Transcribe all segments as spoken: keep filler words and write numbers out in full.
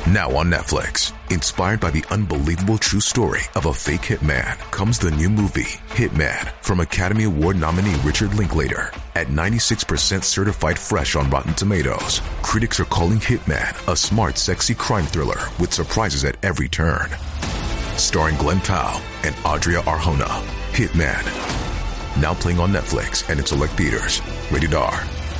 Now on Netflix, inspired by the unbelievable true story of a fake hitman, comes the new movie, Hitman, from Academy Award nominee Richard Linklater. At ninety-six percent certified fresh on Rotten Tomatoes, critics are calling Hitman a smart, sexy crime thriller with surprises at every turn. Starring Glenn Powell and Adria Arjona, Hitman. Now playing on Netflix and in select theaters. Rated R.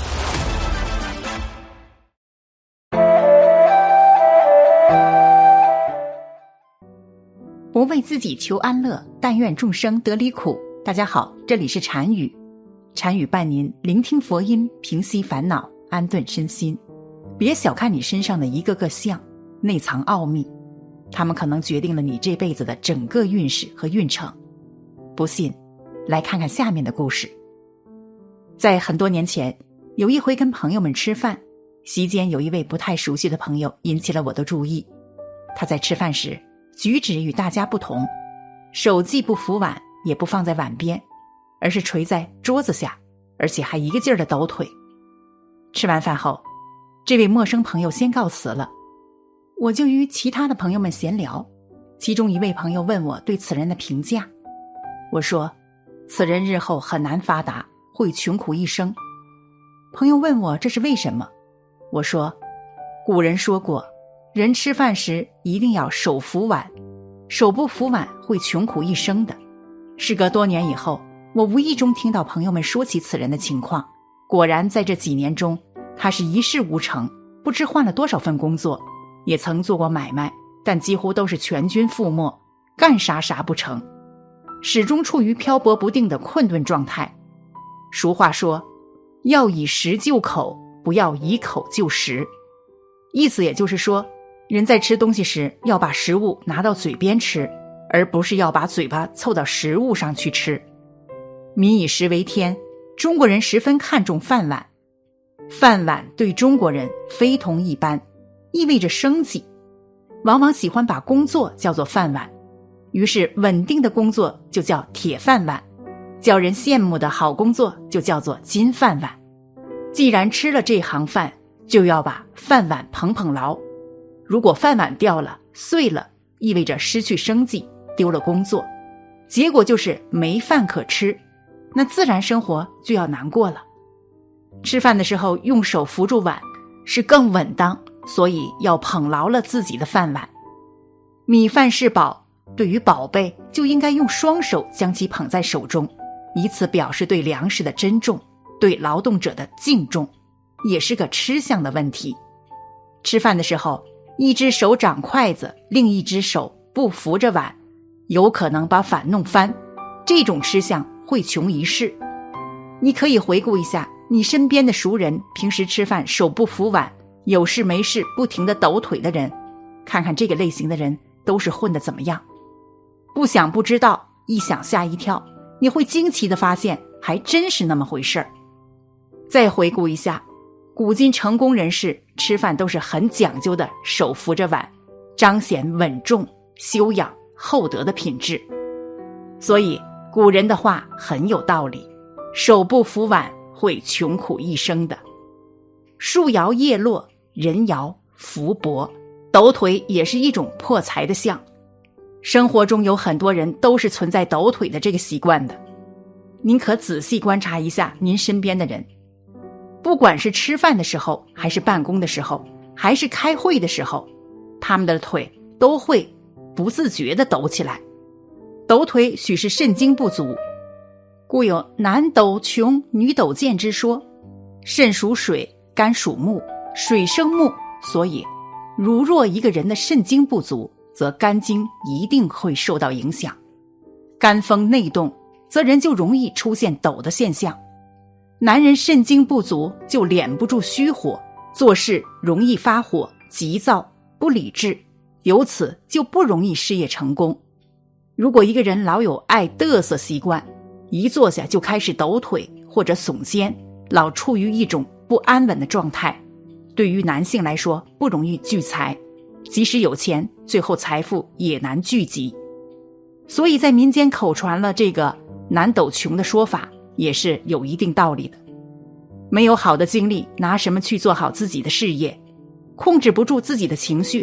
不为自己求安乐，但愿众生得离苦。大家好，这里是禅语，禅语伴您聆听佛音，平息烦恼，安顿身心。别小看你身上的一个个相，内藏奥秘，它们可能决定了你这辈子的整个运势和运程。不信，来看看下面的故事。在很多年前，有一回跟朋友们吃饭，席间有一位不太熟悉的朋友引起了我的注意。他在吃饭时举止与大家不同，手既不扶碗，也不放在碗边，而是垂在桌子下，而且还一个劲儿地抖腿。吃完饭后，这位陌生朋友先告辞了，我就与其他的朋友们闲聊，其中一位朋友问我对此人的评价。我说，此人日后很难发达，会穷苦一生。朋友问我这是为什么，我说，古人说过，人吃饭时一定要手扶碗，手不扶碗会穷苦一生的。事隔多年以后，我无意中听到朋友们说起此人的情况，果然在这几年中，他是一事无成，不知换了多少份工作，也曾做过买卖，但几乎都是全军覆没，干啥啥不成，始终处于漂泊不定的困顿状态。俗话说，要以食救口，不要以口救食。意思也就是说，人在吃东西时要把食物拿到嘴边吃，而不是要把嘴巴凑到食物上去吃。民以食为天，中国人十分看重饭碗。饭碗对中国人非同一般，意味着生计，往往喜欢把工作叫做饭碗，于是稳定的工作就叫铁饭碗，叫人羡慕的好工作就叫做金饭碗。既然吃了这行饭，就要把饭碗捧捧牢。如果饭碗掉了碎了，意味着失去生计，丢了工作，结果就是没饭可吃，那自然生活就要难过了。吃饭的时候用手扶住碗是更稳当，所以要捧牢了自己的饭碗。米饭是宝，对于宝贝就应该用双手将其捧在手中，以此表示对粮食的珍重，对劳动者的敬重，也是个吃相的问题。吃饭的时候，一只手掌筷子，另一只手不扶着碗，有可能把碗弄翻，这种吃相会穷一世。你可以回顾一下你身边的熟人，平时吃饭手不扶碗，有事没事不停地抖腿的人，看看这个类型的人都是混得怎么样。不想不知道，一想吓一跳，你会惊奇地发现还真是那么回事儿。再回顾一下古今成功人士吃饭都是很讲究的手扶着碗，彰显稳重、修养、厚德的品质。所以古人的话很有道理，手不扶碗会穷苦一生的。树摇叶落，人摇福薄，抖腿也是一种破财的象。生活中有很多人都是存在抖腿的这个习惯的，您可仔细观察一下您身边的人，不管是吃饭的时候，还是办公的时候，还是开会的时候，他们的腿都会不自觉地抖起来。抖腿许是肾精不足，故有男抖穷，女抖贱之说。肾属水，肝属木，水生木，所以如若一个人的肾精不足，则肝经一定会受到影响。肝风内动，则人就容易出现抖的现象。男人肾精不足，就敛不住虚火，做事容易发火、急躁、不理智，由此就不容易事业成功。如果一个人老有爱嘚瑟习惯，一坐下就开始抖腿或者耸肩，老处于一种不安稳的状态，对于男性来说不容易聚财，即使有钱，最后财富也难聚集。所以在民间口传了这个男抖穷的说法，也是有一定道理的。没有好的精力，拿什么去做好自己的事业？控制不住自己的情绪，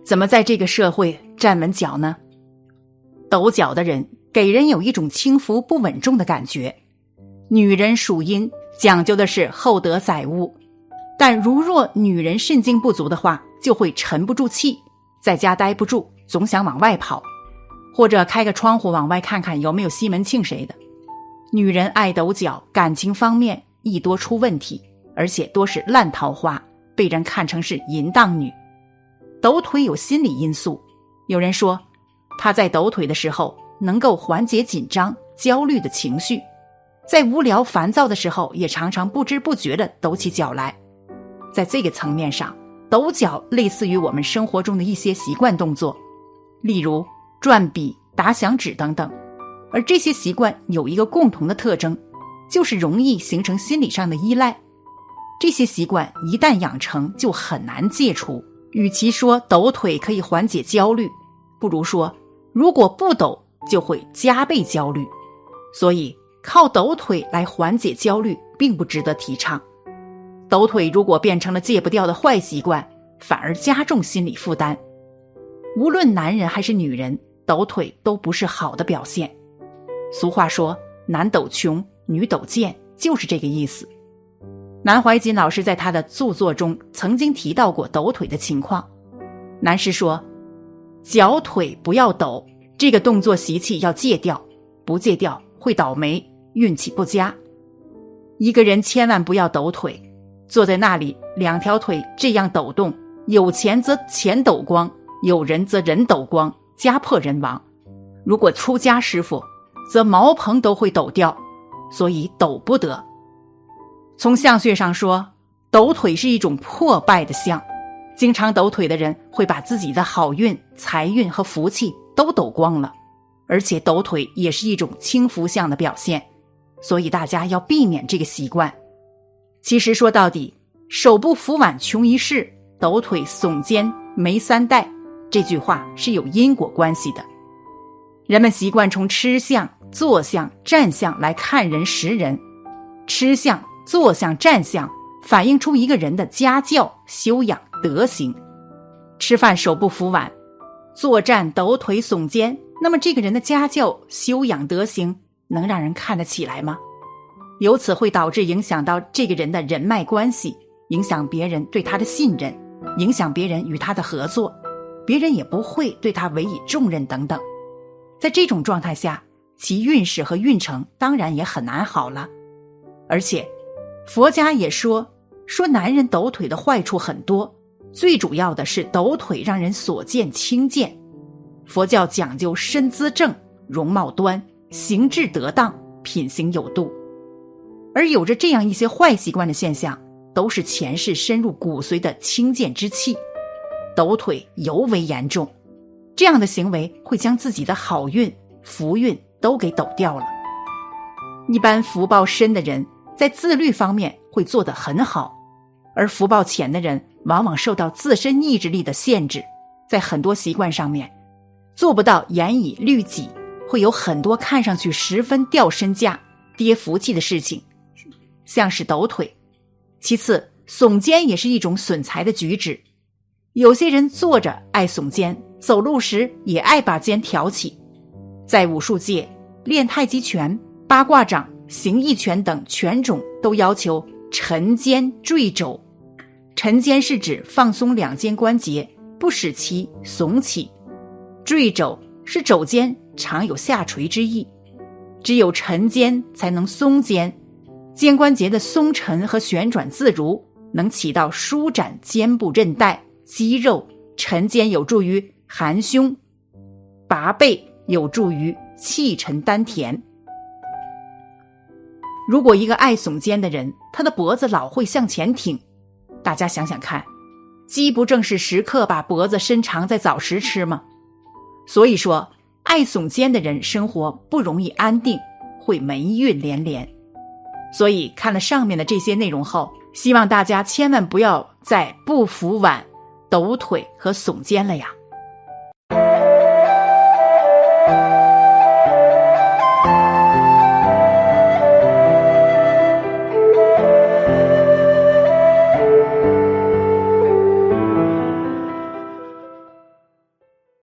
怎么在这个社会站稳脚呢？抖脚的人给人有一种轻浮不稳重的感觉。女人属阴，讲究的是厚德载物，但如若女人肾精不足的话，就会沉不住气，在家待不住，总想往外跑，或者开个窗户往外看看有没有西门庆谁的。女人爱抖脚，感情方面亦多出问题，而且多是烂桃花，被人看成是淫荡女。抖腿有心理因素，有人说她在抖腿的时候能够缓解紧张焦虑的情绪，在无聊烦躁的时候也常常不知不觉地抖起脚来。在这个层面上，抖脚类似于我们生活中的一些习惯动作，例如转笔、打响指等等。而这些习惯有一个共同的特征，就是容易形成心理上的依赖。这些习惯一旦养成就很难戒除。与其说抖腿可以缓解焦虑，不如说如果不抖就会加倍焦虑。所以靠抖腿来缓解焦虑并不值得提倡。抖腿如果变成了戒不掉的坏习惯，反而加重心理负担。无论男人还是女人，抖腿都不是好的表现。俗话说男抖穷，女抖贱，就是这个意思。南怀瑾老师在他的著作中曾经提到过抖腿的情况。南师说，脚腿不要抖，这个动作习气要戒掉，不戒掉会倒霉，运气不佳。一个人千万不要抖腿，坐在那里两条腿这样抖动，有钱则钱抖光，有人则人抖光，家破人亡。如果出家师傅，则茅棚都会抖掉，所以抖不得。从相学上说，抖腿是一种破败的相，经常抖腿的人会把自己的好运、财运和福气都抖光了，而且抖腿也是一种轻浮相的表现，所以大家要避免这个习惯。其实说到底，手不扶碗穷一世，抖腿耸肩没三代，这句话是有因果关系的。人们习惯从吃相、坐相、站相来看人识人，吃相、坐相、站相反映出一个人的家教、修养、德行。吃饭手不扶碗，坐站抖腿耸肩，那么这个人的家教、修养、德行能让人看得起来吗？由此会导致影响到这个人的人脉关系，影响别人对他的信任，影响别人与他的合作，别人也不会对他委以重任等等。在这种状态下，其运势和运程当然也很难好了。而且佛家也说说男人抖腿的坏处很多，最主要的是抖腿让人所见轻贱。佛教讲究身姿正、容貌端、行志得当、品行有度，而有着这样一些坏习惯的现象，都是前世深入骨髓的轻贱之气，抖腿尤为严重。这样的行为会将自己的好运、福运都给抖掉了。一般福报深的人在自律方面会做得很好，而福报浅的人往往受到自身意志力的限制，在很多习惯上面做不到严以律己，会有很多看上去十分掉身价、跌福气的事情，像是抖腿。其次，耸肩也是一种损财的举止。有些人坐着爱耸肩，走路时也爱把肩挑起。在武术界，练太极拳、八卦掌、形意拳等拳种都要求沉肩坠肘。沉肩是指放松两肩关节，不使其耸起；坠肘是肘肩常有下垂之意。只有沉肩才能松肩，肩关节的松沉和旋转自如，能起到舒展肩部韧带、肌肉。沉肩有助于含胸，拔背有助于气沉丹田。如果一个爱耸肩的人，他的脖子老会向前挺，大家想想看，鸡不正是时刻把脖子伸长在找食吃吗？所以说，爱耸肩的人生活不容易安定，会霉运连连。所以看了上面的这些内容后，希望大家千万不要再不扶碗、抖腿和耸肩了呀。